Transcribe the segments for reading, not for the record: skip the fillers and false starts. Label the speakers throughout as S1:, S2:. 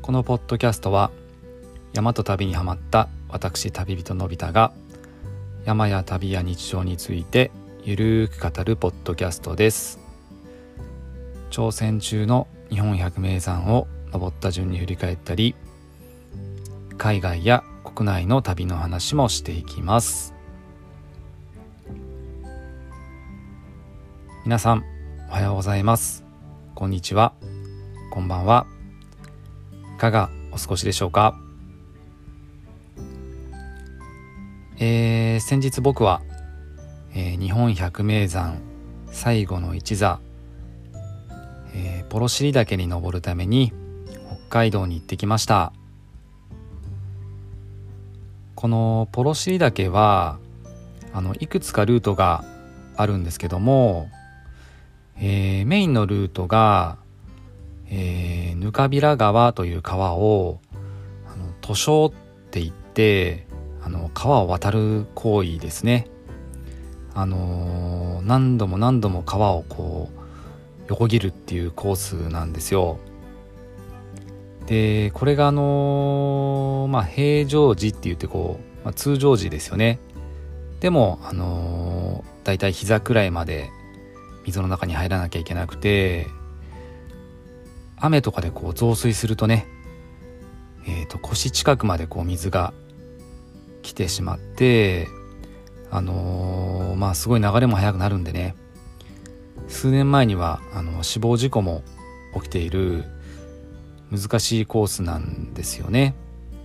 S1: このポッドキャストは山と旅にハマった私旅人のび太が山や旅や日常についてゆるーく語るポッドキャストです。挑戦中の日本百名山を登った順に振り返ったり、海外や国内の旅の話もしていきます。皆さんおはようございます。こんにちは、こんばんは。いかがお過ごしでしょうか。先日僕は、日本百名山最後の一座、幌尻岳に登るために北海道に行ってきました。この幌尻岳はいくつかルートがあるんですけども、メインのルートが、ぬかびら川という川を渡渉って言って川を渡る行為ですね。何度も川をこう横切るっていうコースなんですよ。でこれが平常時って言って通常時ですよね。でもだいたい膝くらいまで水の中に入らなきゃいけなくて、雨とかで増水するとね、腰近くまで水が来てしまって、すごい流れも速くなるんでね、数年前には死亡事故も起きている難しいコースなんですよね。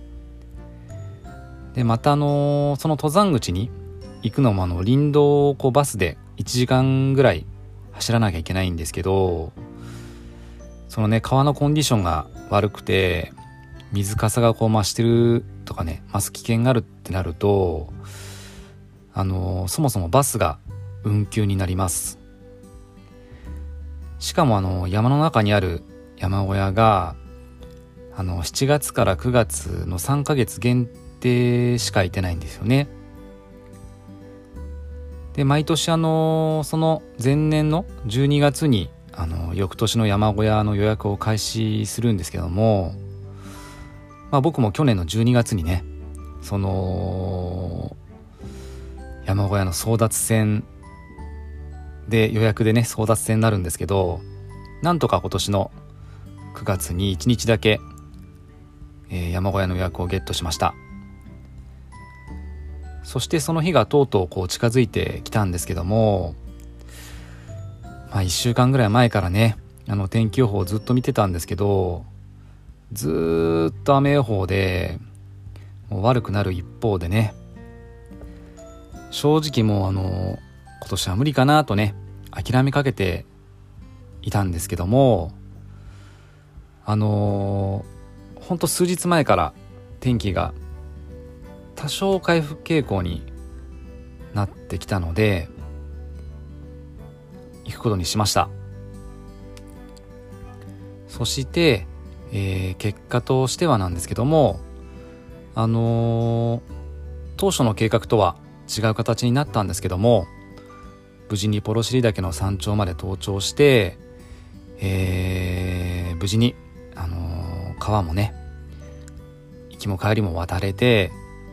S1: でまたその登山口に行くのも林道をバスで1時間ぐらい走らなきゃいけないんですけど、そのね川のコンディションが悪くて水かさが増してるとかね、増す危険があるってなるとそもそもバスが運休になります。しかも山の中にある山小屋が7月から9月の3ヶ月限定しか空いてないんですよね。で毎年その前年の12月に翌年の山小屋の予約を開始するんですけども、僕も去年の12月にねその山小屋の争奪戦で予約でね争奪戦になるんですけど、なんとか今年の9月に1日だけ、山小屋の予約をゲットしました。そしてその日がとうとう近づいてきたんですけども、1週間ぐらい前からね天気予報をずっと見てたんですけど、ずっと雨予報でもう悪くなる一方でね、正直もう今年は無理かなとね諦めかけていたんですけども、ほんと数日前から天気が多少回復傾向になってきたので行くことにしました。そして、結果としてはなんですけども、当初の計画とは違う形になったんですけども、無事に幌尻岳の山頂まで登頂して、無事に、川もね行きも帰りも渡れて、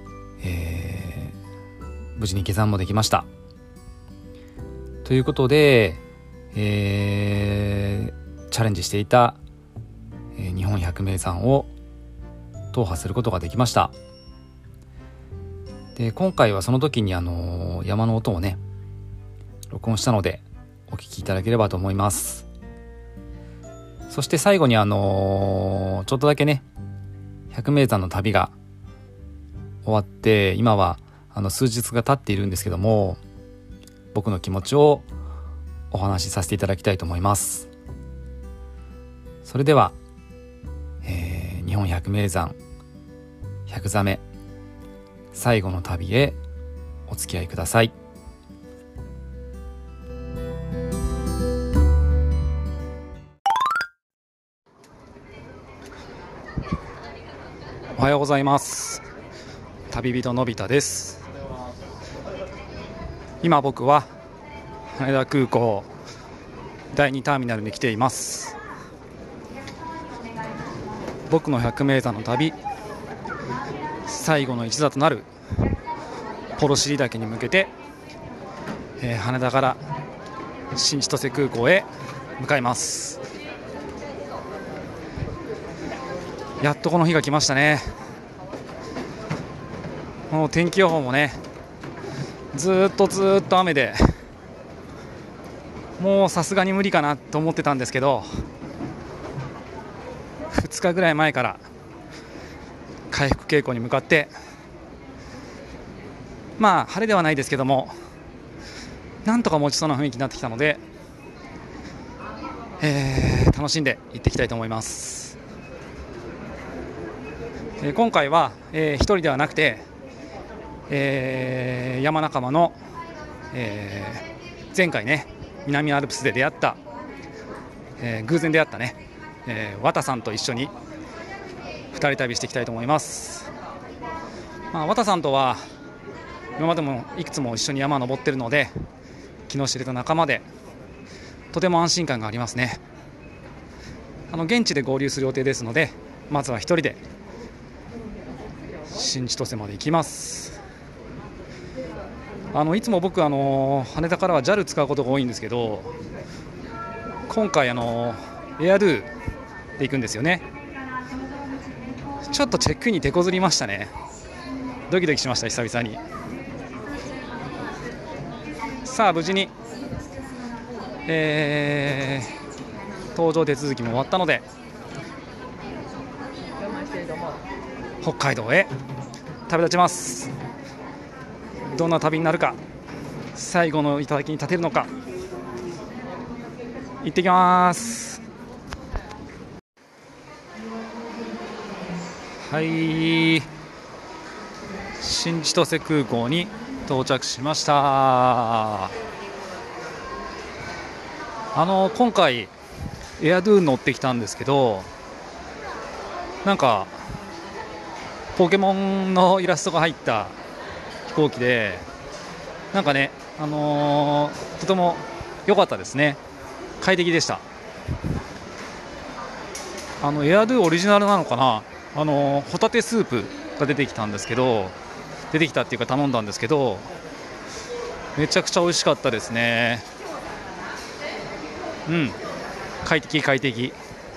S1: 無事に下山もできました。ということで、チャレンジしていた、日本百名山を踏破することができました。で今回はその時に山の音をね録音したのでお聞きいただければと思います。そして最後にちょっとだけね百名山の旅が終わって今は数日が経っているんですけども、僕の気持ちをお話しさせていただきたいと思います。それでは、日本百名山100座目最後の旅へお付き合いください。おはようございます。旅人のび太です。今僕は羽田空港第2ターミナルに来ています。 僕の 100m の旅最後の一座となるポロシリ岳に向けて、羽田から新千歳空港へ向かいます。やっとこの日が来ましたね。もう天気予報もねずっと雨で、もうさすがに無理かなと思ってたんですけど、2日ぐらい前から回復傾向に向かって、まあ晴れではないですけどもなんとか持ちそうな雰囲気になってきたので、楽しんで行っていきたいと思います。今回は、一人ではなくて、山仲間の、前回ね南アルプスで出会った、偶然出会ったね、綿さんと一緒に2人旅していきたいと思います。綿さんとは今までもいくつも一緒に山を登っているので気の知れた仲間で、とても安心感がありますね。現地で合流する予定ですので、まずは一人で新千歳まで行きます。いつも僕羽田からは JAL 使うことが多いんですけど、今回エアドゥで行くんですよね。ちょっとチェックインに手こずりましたね。ドキドキしました。久々に。さあ無事に、搭乗手続きも終わったので北海道へ旅立ちます。どんな旅になるか、最後の頂に立てるのか、行ってきます。はい、新千歳空港に到着しました。今回エアドゥ乗ってきたんですけど、なんかポケモンのイラストが入った飛行機で、なんかね、とても良かったですね。快適でした。エアドゥオリジナルなのかな、ホタテスープが出てきたんですけど、出てきたっていうか頼んだんですけど、めちゃくちゃ美味しかったですね。快適。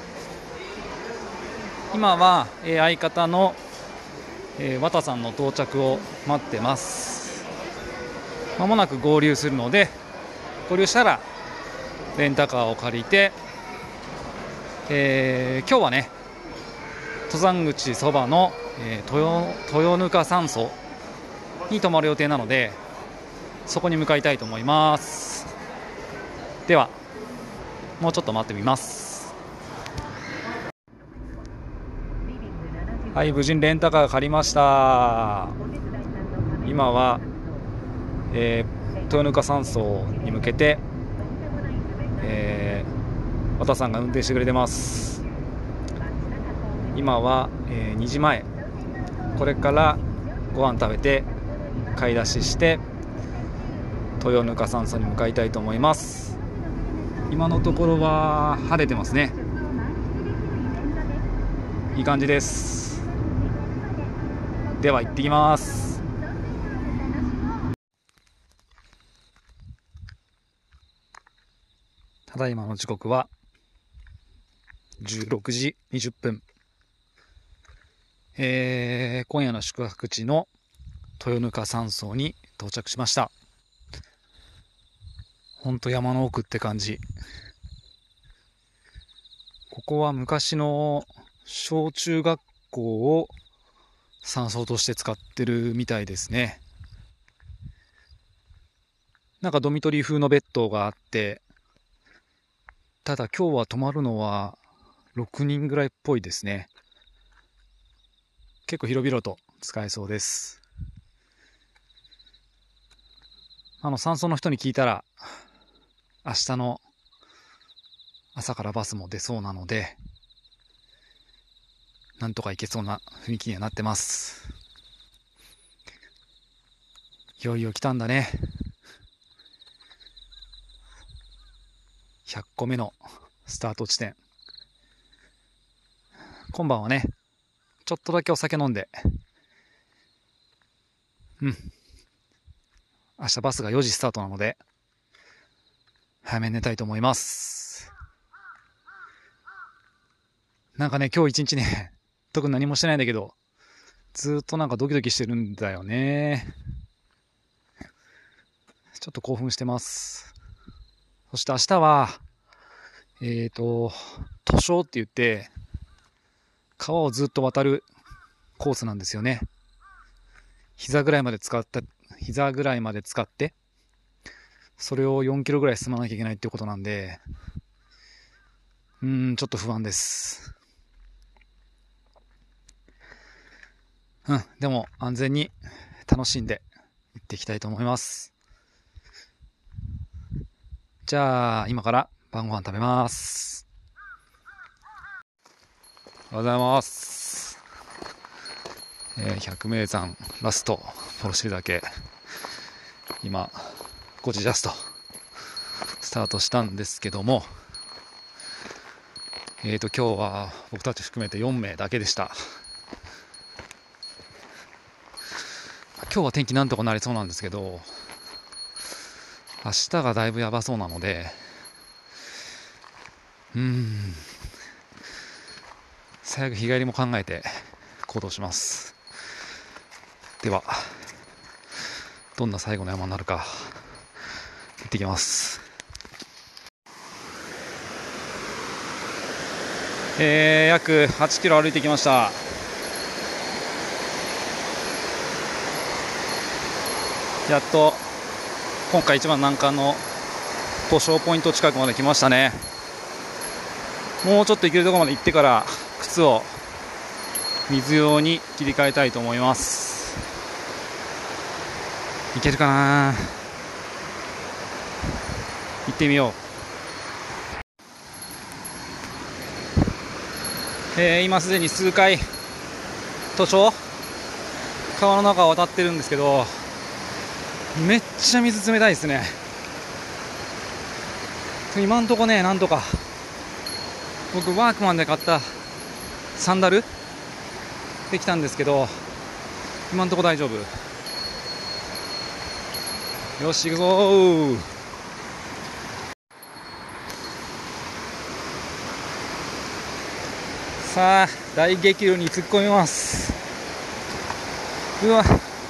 S1: 今は、相方の、綿さんの到着を待ってます。まもなく合流するので、合流したらレンタカーを借りて、今日はね登山口そばの、豊ぬか山荘に泊まる予定なので、そこに向かいたいと思います。ではもうちょっと待ってみます。はい、無事にレンタカー借りました。今は、豊ぬか山荘に向けて、和田さんが運転してくれてます。今は、2時前。これからご飯食べて買い出しして豊ぬか山荘に向かいたいと思います。今のところは晴れてますね。いい感じです。では行ってきます。ただいまの時刻は16時20分。今夜の宿泊地の豊ぬか山荘に到着しました。ほんと山の奥って感じ。ここは昔の小中学校を山荘として使ってるみたいですね。なんかドミトリー風のベッドがあって、ただ今日は泊まるのは6人ぐらいっぽいですね。結構広々と使えそうです。山荘の人に聞いたら明日の朝からバスも出そうなので、なんとか行けそうな雰囲気にはなってます。いよいよ来たんだね。100個目のスタート地点。 今晩はね、ちょっとだけお酒飲んで、明日バスが4時スタートなので、早めに寝たいと思います。なんかね、今日一日ね、特に何もしてないんだけど、ずっとなんかドキドキしてるんだよね。ちょっと興奮してます。そして明日は、図書って言って、川をずっと渡るコースなんですよね。膝ぐらいまで使って、それを4キロぐらい進まなきゃいけないっていうことなんで、ちょっと不安です。でも安全に楽しんで行っていきたいと思います。じゃあ、今から晩ご飯食べます。おはようございます。百名山ラスト、ポロシリ岳。今、5時ジャスト、スタートしたんですけども、今日は僕たち含めて4名だけでした。今日は天気なんとかなりそうなんですけど、明日がだいぶやばそうなので、最悪日帰りも考えて行動します。では、どんな最後の山になるか行ってきます。約8キロ歩いてきました。やっと今回一番難関の図書ポイント近くまで来ましたね。もうちょっと行けるところまで行ってから靴を水用に切り替えたいと思います。行けるかな。行ってみよう。今すでに数回図書川の中を渡ってるんですけど、めっちゃ水冷たいですね。今んとこね、なんとか僕ワークマンで買ったサンダルできたんですけど、今んとこ大丈夫。よし行くぞー。さあ大激流に突っ込みます。うわ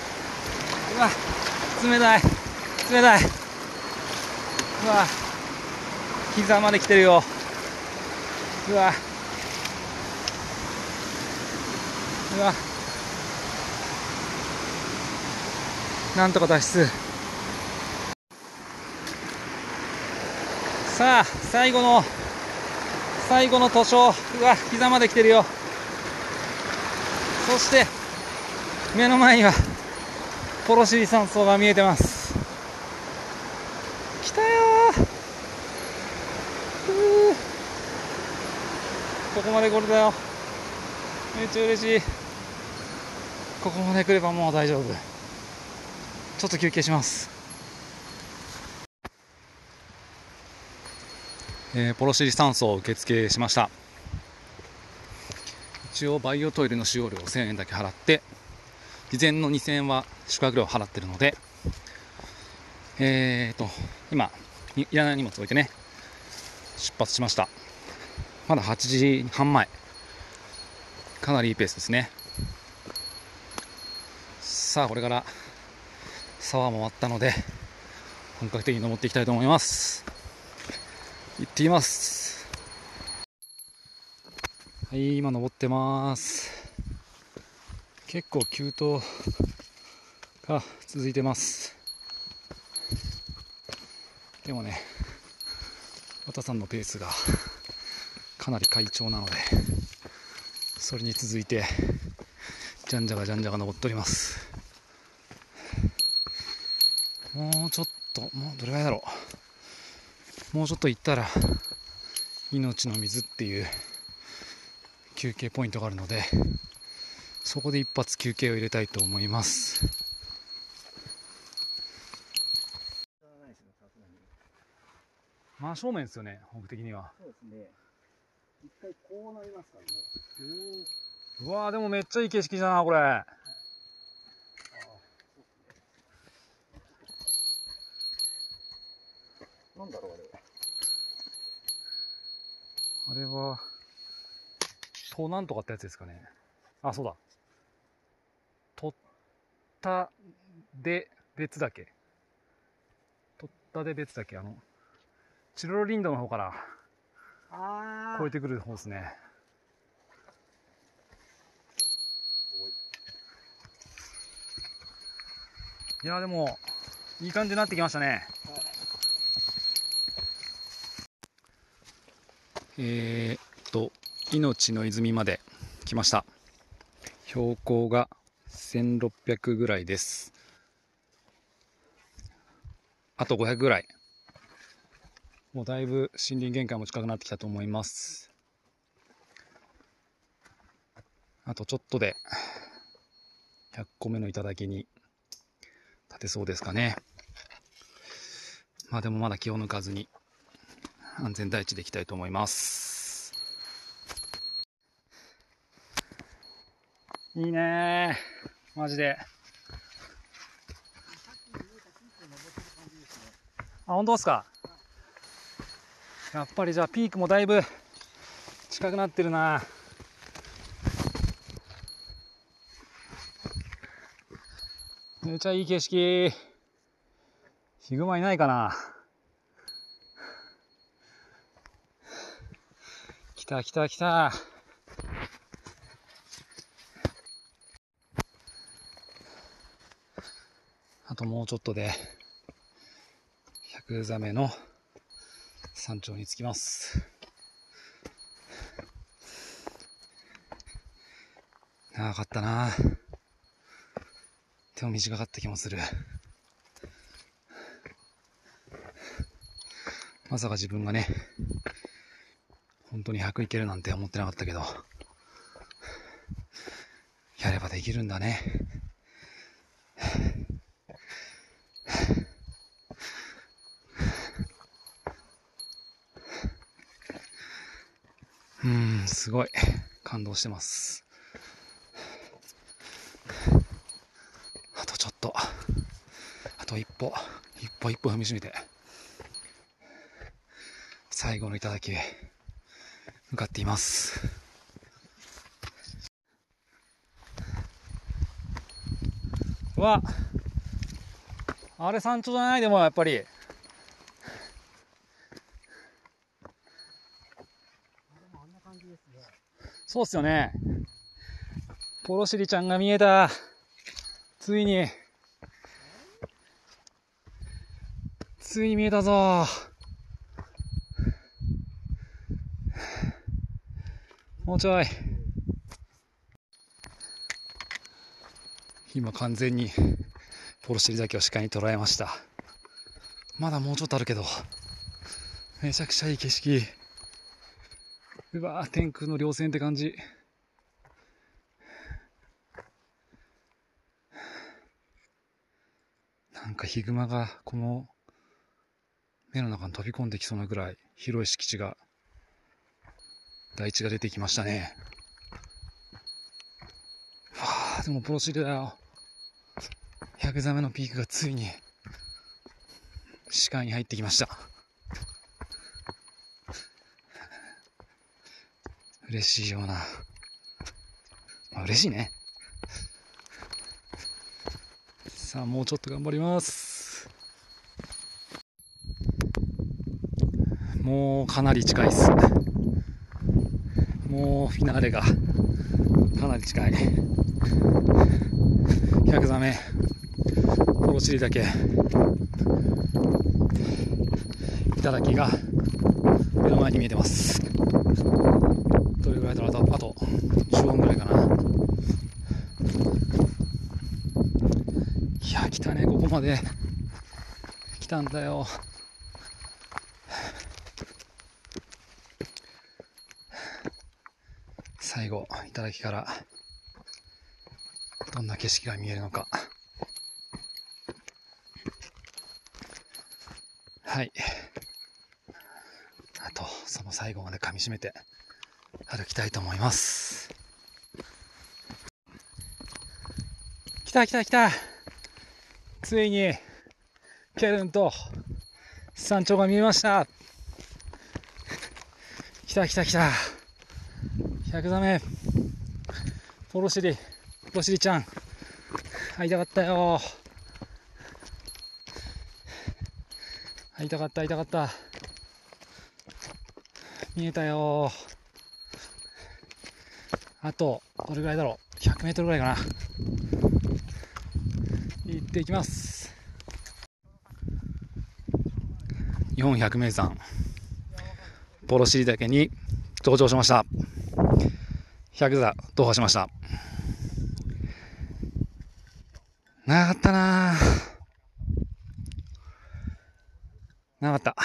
S1: 冷たい。うわ膝まで来てるよ。うわなんとか脱出。さあ最後の図書、膝まで来てるよ。そして目の前にはポロシリ山荘が見えてます。来たよー。ここまでこれだよ。めっちゃ嬉しい。ここまで来ればもう大丈夫。ちょっと休憩します。ポロシリ酸素を受付しました。一応バイオトイレの使用料1000円だけ払って、事前の2000円は宿泊料払ってるので、今いらない荷物置いてね出発しました。まだ8時半前、かなりいいペースですね。さあこれから沢も終わったので本格的に登っていきたいと思います。行ってきます。はい、今登ってます。結構急登が続いてます。でもね、綿さんのペースがかなり快調なので、それに続いてじゃんじゃが登っております。もうちょっと、もうどれぐらいだろう。もうちょっと行ったら命の水っていう休憩ポイントがあるので、そこで一発休憩を入れたいと思います。真正面ですよね、僕的には。
S2: そうですね。 一回こうなりますからね。
S1: うわー、でもめっちゃいい景色だな、これ。
S2: なんだろうあれ。
S1: あれは、となんとかってやつですかね。あ、そうだ。とったで別だけ。とったで別だけ。チロロリンドの方から越えてくる方ですね。いや、でも、いい感じになってきましたね。命の泉まで来ました。標高が1600ぐらいです。あと500ぐらい。もうだいぶ森林限界も近くなってきたと思います。あとちょっとで100個目の頂に立てそうですかね。まあでもまだ気を抜かずに安全第一でいきたいと思います。いいねー、マジで。あ、本当ですか。やっぱりじゃあピークもだいぶ近くなってるな。めちゃいい景色。ヒグマいないかな。来た来た来た。あともうちょっとで100座目の山頂に着きます。長かったな。手も短かった気もする。まさか自分がね、本当に100いけるなんて思ってなかったけど、やればできるんだね。すごい感動してます。あとちょっと、あと一歩踏みしめて最後の頂へ向かっています。うわ、あれ山頂じゃない？でもやっぱりそうっすよね。ポロシリちゃんが見えた。ついに見えたぞ。もうちょい。今完全にポロシリ岳を視界に捉えました。まだもうちょっとあるけど、めちゃくちゃいい景色。うわー、天空の稜線って感じ。なんかヒグマがこの目の中に飛び込んできそうなぐらい広い敷地が、大地が出てきましたね。はあ、でもポロシリだよ。100座目のピークがついに視界に入ってきました。嬉しいような、まあ、嬉しいね。さあもうちょっと頑張ります。もうかなり近いです。もうフィナーレがかなり近い。100座目ポロシリ岳頂が目の前に見えてます。どれぐらいだろう。あと15分ぐらいかな。いや来たね。ここまで来たんだよ。最後頂からどんな景色が見えるのか。はい、あとその最後まで噛み締めて歩きたいと思います。来た来た来た。ついにケルンと山頂が見えました。来た来た来た。100座目。ポロシリちゃん会いたかったよ。会いたかった。見えたよ。あとどれぐらいだろう、100メートルぐらいかな。行っていきます。400名山ポロシリ岳に登場しました。100座踏破しました。長かったな。長かった。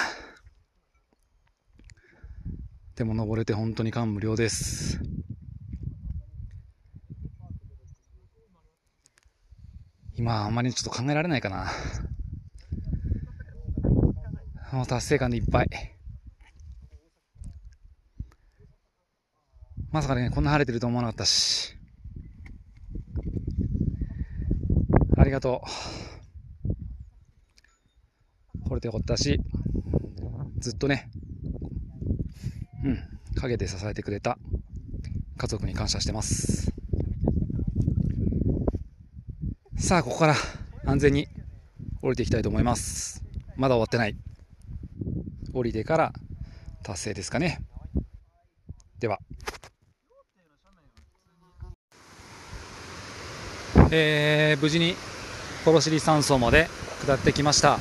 S1: でも登れて本当に感無量です。今あんまりちょっと考えられないかな。もう達成感でいっぱい。まさかね、こんな晴れてると思わなかったし。ありがとう。掘れてよかったし、ずっとね、陰で支えてくれた家族に感謝してます。さあ、ここから安全に降りていきたいと思います。まだ終わってない。降りてから達成ですかね。では、無事にポロシリ山荘まで下ってきました。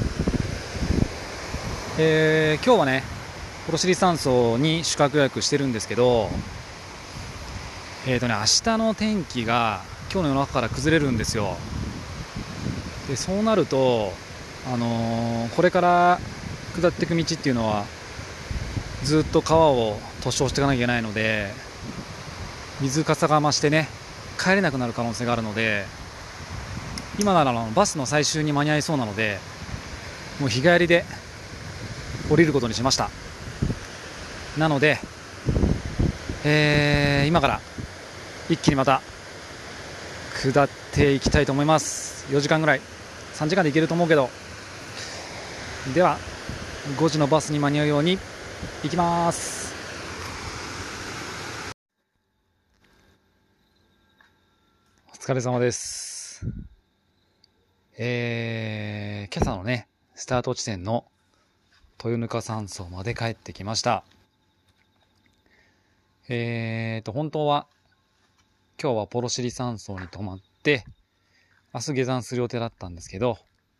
S1: 今日はね、ポロシリ山荘に宿泊予約してるんですけど、明日の天気が今日の夜中から崩れるんですよ。でそうなると、これから下っていく道っていうのはずっと川を塗装していかなきゃいけないので、水かさが増してね、帰れなくなる可能性があるので、今ならバスの最終に間に合いそうなので、もう日帰りで降りることにしました。なので、今から一気にまた下っていきたいと思います。4時間ぐらい、3時間で行けると思うけど。では5時のバスに間に合うように行きます。お疲れ様です。今朝のね、スタート地点の豊ぬか山荘まで帰ってきました。本当は今日はポロシリ山荘に泊まって明日下山する予定だったんですけど、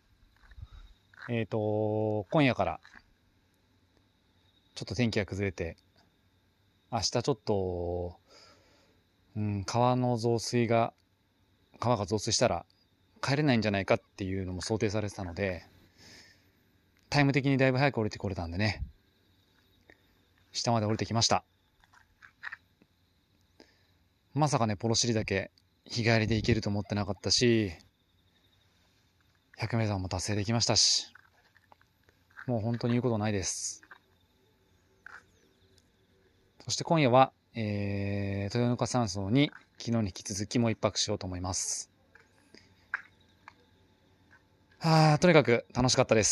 S1: 今夜からちょっと天気が崩れて、明日ちょっと、川が増水したら帰れないんじゃないかっていうのも想定されてたので、タイム的にだいぶ早く降りてこれたんでね、下まで降りてきました。まさかね、ポロシリだけ日帰りで行けると思ってなかったし、100名山も達成できましたし、もう本当に言うことないです。そして今夜は、豊ぬか山荘に昨日に引き続きもう一泊しようと思います。とにかく楽しかったです。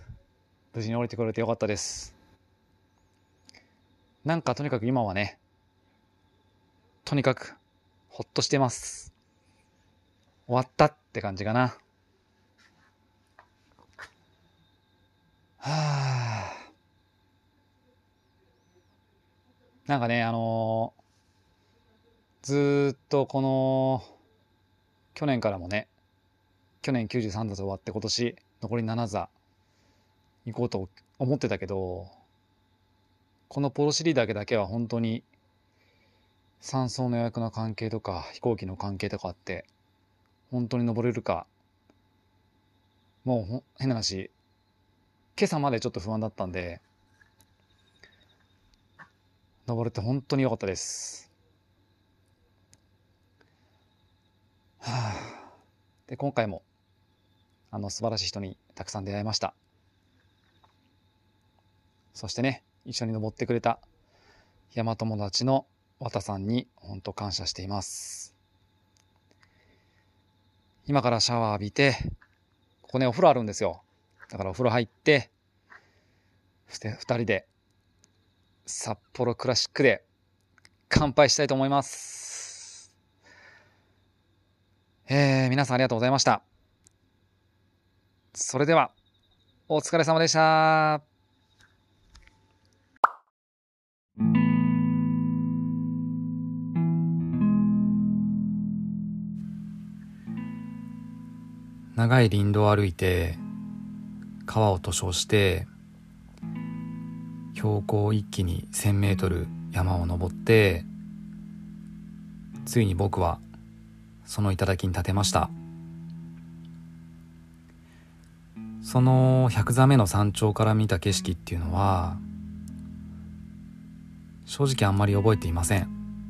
S1: 無事に降りてこれてよかったです。なんかとにかく今はね、とにかくほっとしてます。終わったって感じかな。なんかね、ずーっとこの去年からもね、去年93座終わって今年残り7座行こうと思ってたけど、このポロシリだけは本当に山荘の予約の関係とか飛行機の関係とかあって本当に登れるか、もう変な話、今朝までちょっと不安だったんで、登れて本当に良かったです。で今回も素晴らしい人にたくさん出会いました。そしてね、一緒に登ってくれた山友達の綿さんに本当感謝しています。今からシャワー浴びて、ここねお風呂あるんですよ。だからお風呂入って、そして2人で札幌クラシックで乾杯したいと思います。皆さんありがとうございました。それではお疲れ様でした。長い林道を歩いて川を塗装して標高一気に1000メートル山を登って、ついに僕はその頂に立てました。その100座目の山頂から見た景色っていうのは正直あんまり覚えていません。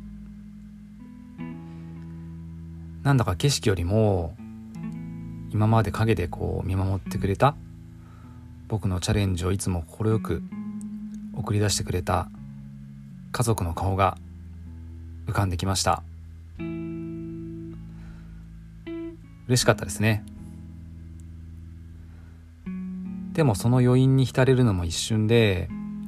S1: なんだか景色よりも今まで陰で見守ってくれた、僕のチャレンジをいつも快く送り出してくれた家族の顔が浮かんできました。嬉しかったですね。でもその余韻に浸れるのも一瞬で、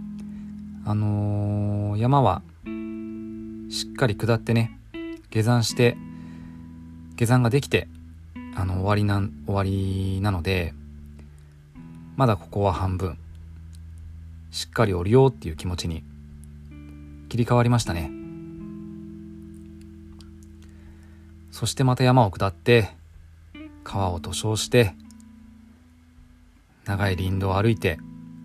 S1: 山はしっかり下ってね、下山ができて終わりなので、まだここは半分、しっかり降りようっていう気持ちに切り替わりましたね。そしてまた山を下って川を塗装して長い林道を歩いて、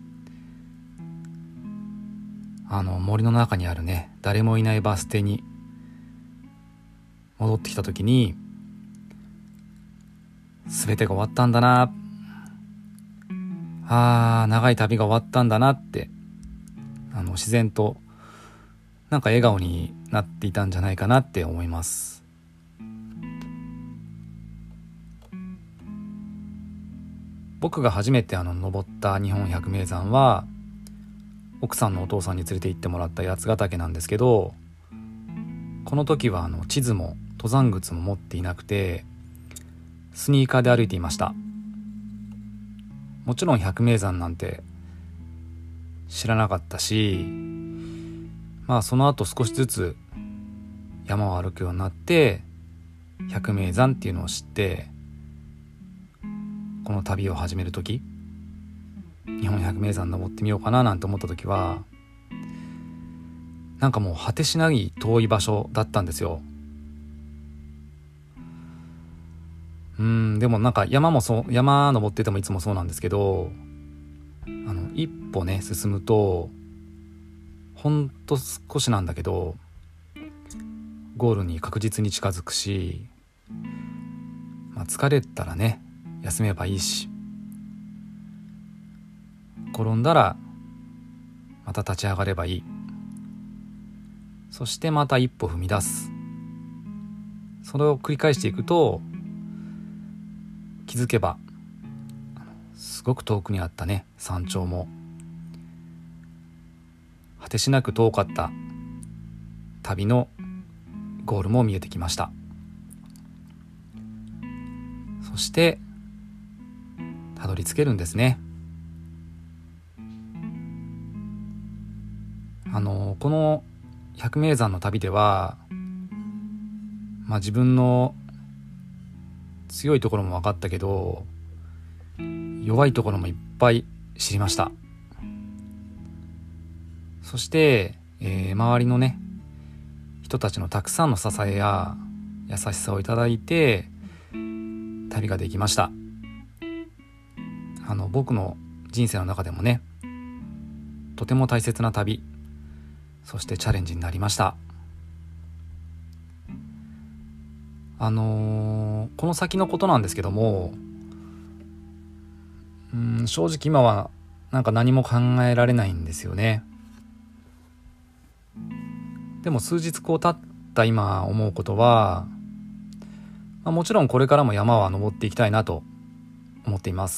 S1: 森の中にあるね、誰もいないバス停に戻ってきた時に、全てが終わったんだな、長い旅が終わったんだなって自然となんか笑顔になっていたんじゃないかなって思います。僕が初めて登った日本百名山は奥さんのお父さんに連れて行ってもらった八ヶ岳なんですけど、この時は地図も登山靴も持っていなくてスニーカーで歩いていました。もちろん百名山なんて知らなかったし、その後少しずつ山を歩くようになって百名山っていうのを知って、この旅を始める時、日本百名山登ってみようかななんて思った時は、なんかもう果てしない遠い場所だったんですよ。でもなんか山登っててもいつもそうなんですけど、一歩ね進むとほんと少しなんだけどゴールに確実に近づくし、疲れたらね休めばいいし、転んだらまた立ち上がればいい。そしてまた一歩踏み出す。それを繰り返していくと、気づけばすごく遠くにあったね山頂も、果てしなく遠かった旅のゴールも見えてきました。そしてたどり着けるんですね。この百名山の旅では、自分の強いところも分かったけど弱いところもいっぱい知りました。そして、周りのね人たちのたくさんの支えや優しさをいただいて旅ができました。僕の人生の中でもねとても大切な旅、そしてチャレンジになりました。この先のことなんですけども、正直今はなんか何も考えられないんですよね。でも数日経った今思うことは、もちろんこれからも山は登っていきたいなと思っています。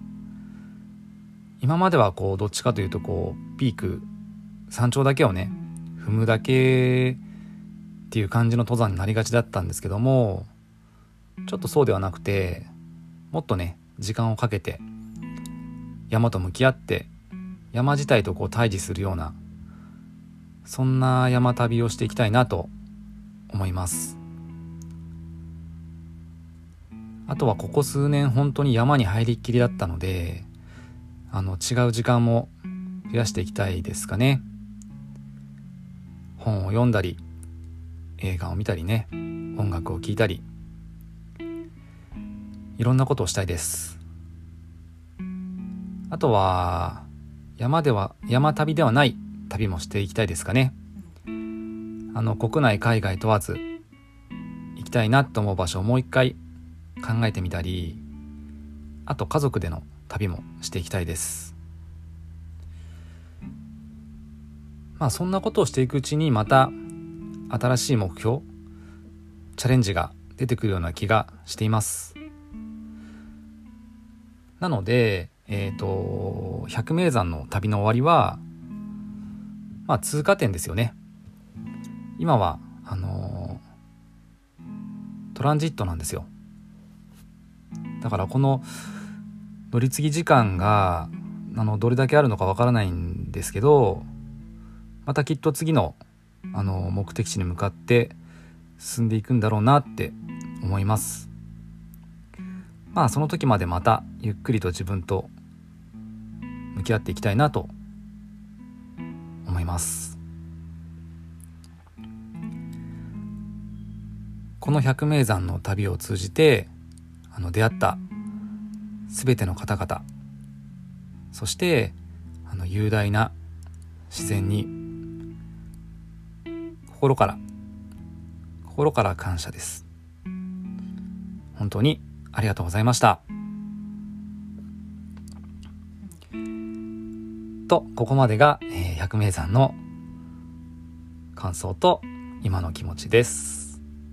S1: 今まではどっちかというとピーク山頂だけをね踏むだけっていう感じの登山になりがちだったんですけども、ちょっとそうではなくて、もっとね時間をかけて山と向き合って山自体とこう対峙するような、そんな山旅をしていきたいなと思います。あとはここ数年本当に山に入りっきりだったので、違う時間も増やしていきたいですかね。本を読んだり、映画を見たりね、音楽を聴いたり、いろんなことをしたいです。あとは山旅ではない旅もしていきたいですかね。国内海外問わず行きたいなと思う場所をもう一回考えてみたり、あと家族での旅もしていきたいです。そんなことをしていくうちにまた新しい目標、チャレンジが出てくるような気がしています。なので、百名山の旅の終わりは通過点ですよね。今はトランジットなんですよ。だからこの乗り継ぎ時間がどれだけあるのかわからないんですけど、またきっと次の目的地に向かって進んでいくんだろうなって思います。その時までまたゆっくりと自分と向き合っていきたいなと思います。この百名山の旅を通じて出会ったすべての方々、そして雄大な自然に心から感謝です。本当にありがとうございました。と、ここまでが、百名山の感想と今の気持ちです。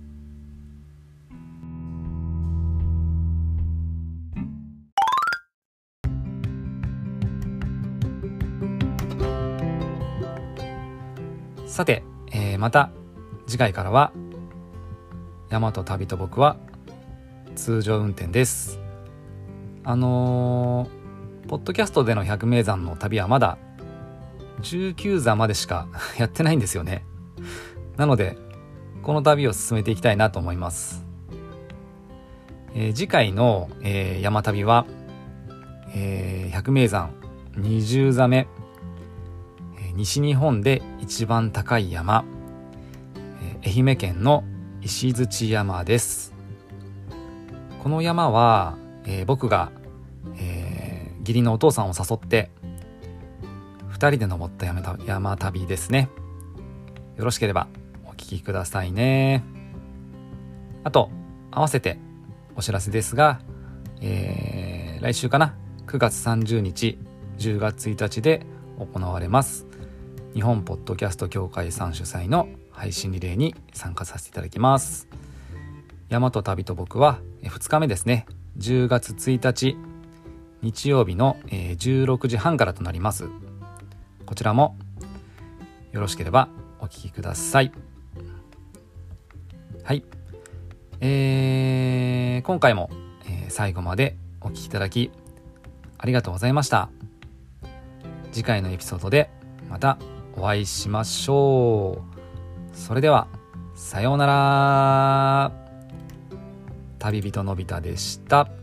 S1: さて、また次回からは山と旅と僕は通常運転です。ポッドキャストでの百名山の旅はまだ19座までしかやってないんですよね。なのでこの旅を進めていきたいなと思います。次回の、山旅は、百名山20座目、西日本で一番高い山、愛媛県の石鎚山です。この山は、僕が、義理のお父さんを誘って2人で登った山旅ですね。よろしければお聞きくださいね。あと合わせてお知らせですが、来週かな、9月30日10月1日で行われます日本ポッドキャスト協会さん主催の配信リレーに参加させていただきます。山と旅と僕は2日目ですね、10月1日日曜日の16時半からとなります。こちらもよろしければお聞きください。はい、今回も最後までお聞きいただきありがとうございました。次回のエピソードでまたお会いしましょう。それではさようなら。旅人のび太でした。